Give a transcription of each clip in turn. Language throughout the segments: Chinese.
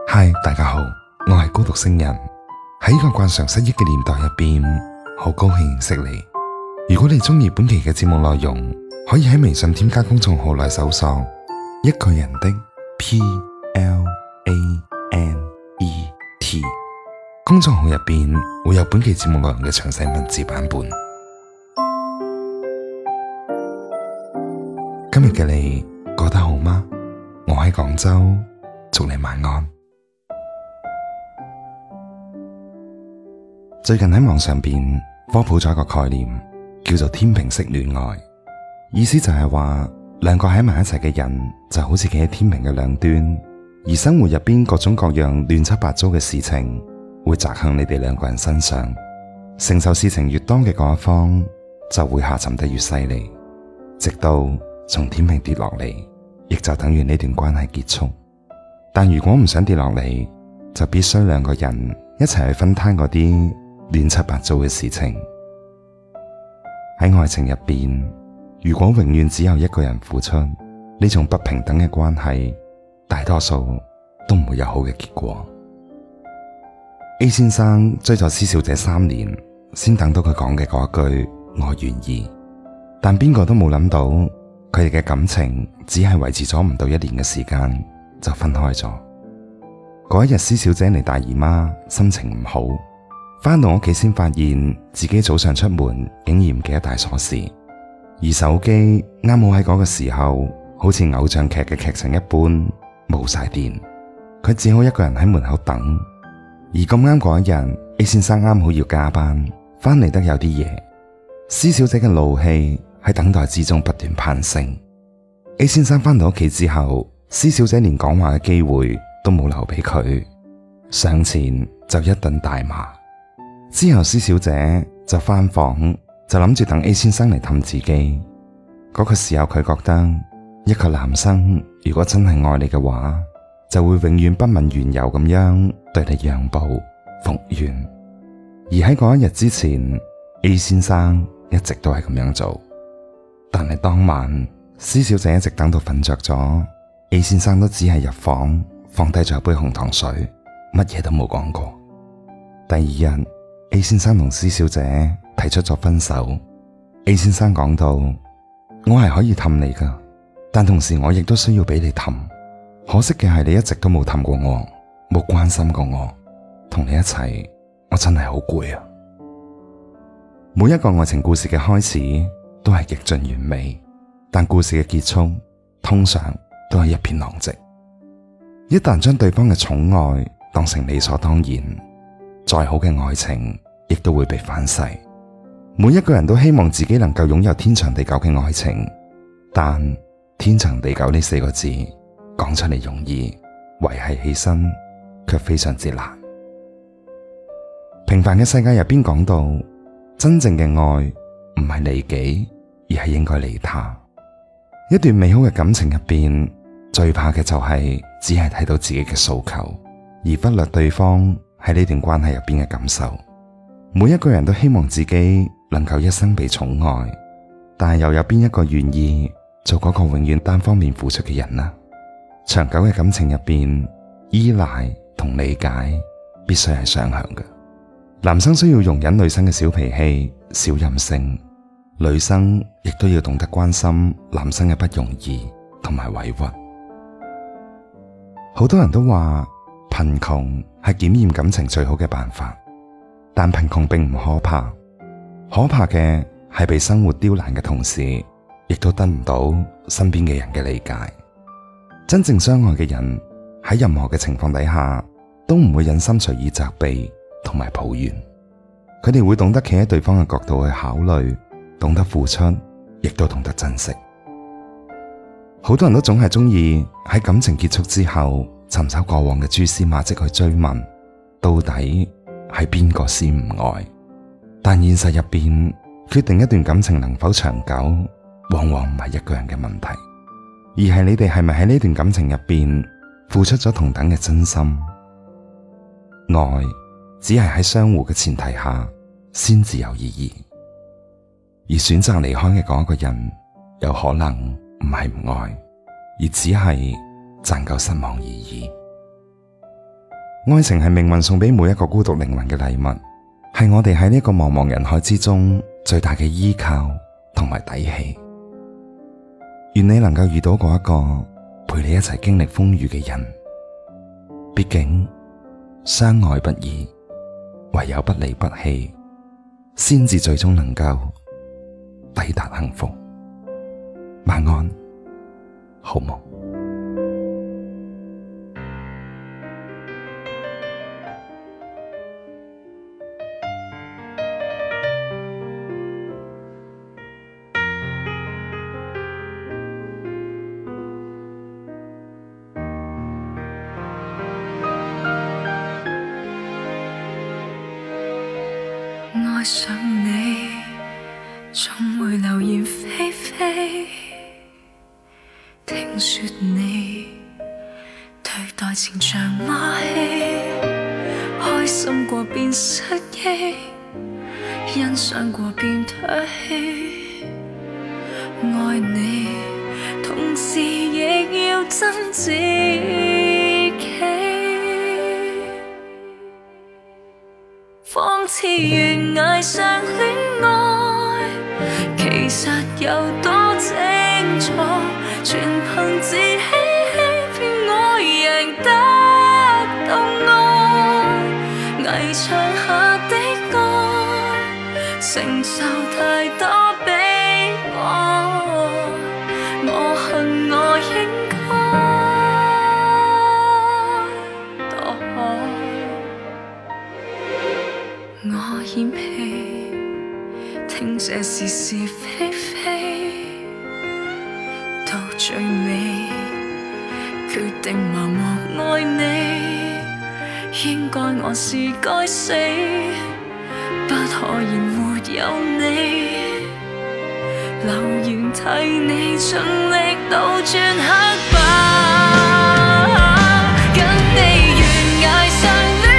嗨，大家好，我係孤獨星人。喺呢個慣常失憶嘅年代入邊，好高興認識你。如果你中意本期嘅節目內容，可以喺微信添加公眾號來搜索一個人的 PLANET， 公眾號入邊會有本期節目內容嘅詳細文字版本。今日嘅你過得好嗎？我喺廣州，祝你晚安。最近喺網上邊科普咗一個概念，叫做天平式戀愛。意思就係話，兩個喺埋一齊嘅人就好似企喺天平嘅兩端，而生活入邊各種各樣亂七八糟嘅事情會砸向你哋兩個人身上，承受事情越多嘅嗰一方就會下沉得越犀利，直到從天平跌落嚟，亦就等於呢段關係結束。但如果唔想跌落嚟，就必須兩個人一齊去分攤嗰啲亂七八糟嘅事情。喺愛情入邊，如果永遠只有一個人付出，呢種不平等嘅關係，大多數都唔會有好嘅結果。A 先生追咗 C 小姐3年，先等到佢講嘅嗰句我願意，但邊個都冇諗到，佢哋嘅感情只係維持咗唔到1年嘅時間就分開咗。嗰一日 C 小姐嚟大姨媽，心情唔好，返到屋企先發現自己早上出門竟然唔記得帶鎖匙，而手機啱好喺嗰個時候好似偶像劇嘅劇情一般冇晒電，佢只好一個人喺門口等。而咁啱嗰一日 A 先生啱好要加班，返嚟得有啲夜， C 小姐嘅怒氣喺等待之中不斷攀升。 A 先生返到屋企之後， C 小姐連講話嘅機會都冇留俾佢，上前就一頓大罵。之後 C 小姐就返房，就諗住等 A 先生嚟氹自己。嗰個時候佢覺得，一個男生如果真係愛你嘅話，就會永遠不問緣由咁樣對你讓步服軟。而喺嗰一日之前， A 先生一直都係咁樣做。但係當晚 C 小姐一直等到瞓着咗， A 先生都只係入房放低咗一杯紅糖水，乜嘢都冇講過。第二日 A 先生同 C 小姐提出咗分手。 A 先生講到，我係可以氹你噶，但同時我亦都需要俾你氹。可惜嘅係你一直都冇氹過我，冇關心過我，同你一齊我真係好攰啊。每一個愛情故事嘅開始都係極盡完美，但故事嘅結束通常都係一片狼藉。一旦將對方嘅寵愛當成理所當然，再好嘅愛情亦都會被反噬。每一個人都希望自己能夠擁有天長地久嘅愛情，但天長地久呢4個字講出嚟容易，維繫起身卻非常之難。平凡嘅世界入邊講到，真正嘅愛唔係利己，而係應該利他。一段美好嘅感情入邊，最怕嘅就係只係睇到自己嘅訴求，而忽略對方喺呢段關係入邊嘅感受。每一個人都希望自己能夠一生被寵愛，但係又有邊一個願意做嗰個永遠單方面付出嘅人呢？長久嘅感情入邊，依賴同理解必須係雙向嘅。男生需要容忍女生嘅小脾氣、小任性，女生亦都要懂得關心男生嘅不容易同埋委屈。好多人都話貧窮係檢驗感情最好嘅辦法，但貧窮並唔可怕，可怕嘅係被生活刁難嘅同時，亦都得唔到身邊嘅人嘅理解。真正相愛嘅人喺任何嘅情況底下都唔會忍心隨意責備同埋抱怨，佢哋會懂得企喺對方嘅角度去考慮，懂得付出，亦都懂得珍惜。好多人都總係中意喺感情結束之後尋找過往嘅蛛絲馬跡去追問，到底係邊個先唔愛？但現實入邊，決定一段感情能否長久，往往唔係一個人嘅問題，而係你哋係咪喺呢段感情入邊付出咗同等嘅真心。愛只係喺相互嘅前提下先至有意義，而選擇離開嘅嗰個人有可能唔係唔愛，而只係賺夠失望而已。 愛情係命運送俾每一個孤獨靈魂嘅禮物，係我哋喺呢個茫茫人海之中最大嘅依靠同埋底氣。願你能夠遇到嗰一個陪你一齊經歷風雨嘅人，畢竟相愛不易，唯有不離不棄，先至最終能夠抵達幸福。晚安，好夢。 愛上你，總會流言蜚蜚。聽說你對待情像馬戲，開心過便失憶，欣賞過便唾棄。愛你，同時亦要憎自己。仿似懸崖上戀愛，其實有多精彩，全憑自欺欺騙我贏得到愛。危牆下的愛，承受太多悲哀，我恨我應該躲開。我嫌棄聽這是是非非，到最尾決定麻木愛你，應該我是該死，不可言沒有你，留言替你盡力倒轉黑白，跟你懸崖上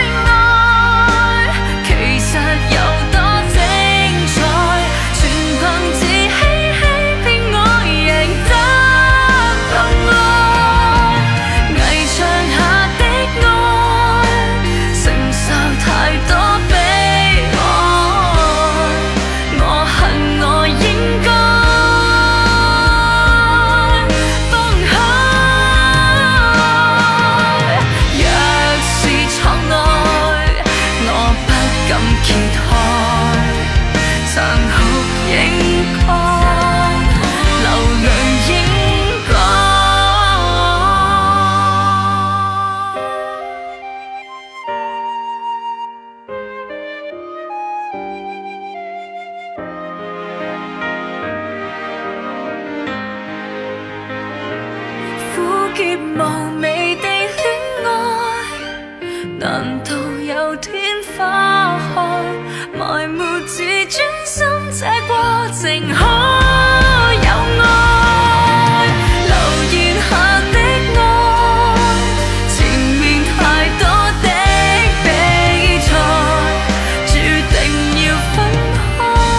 劫無味地戀愛，難道有天花開？埋沒自尊心，這過程可有愛？留言下的愛，前面太多的比賽，注定要分開。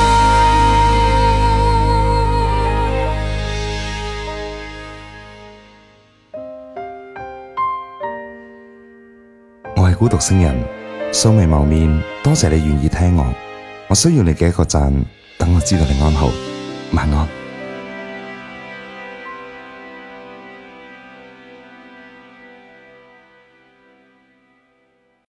我係孤獨星人，素未謀面，多謝你願意聽我。我需要你嘅一個讚，等我知道你安好。晚安。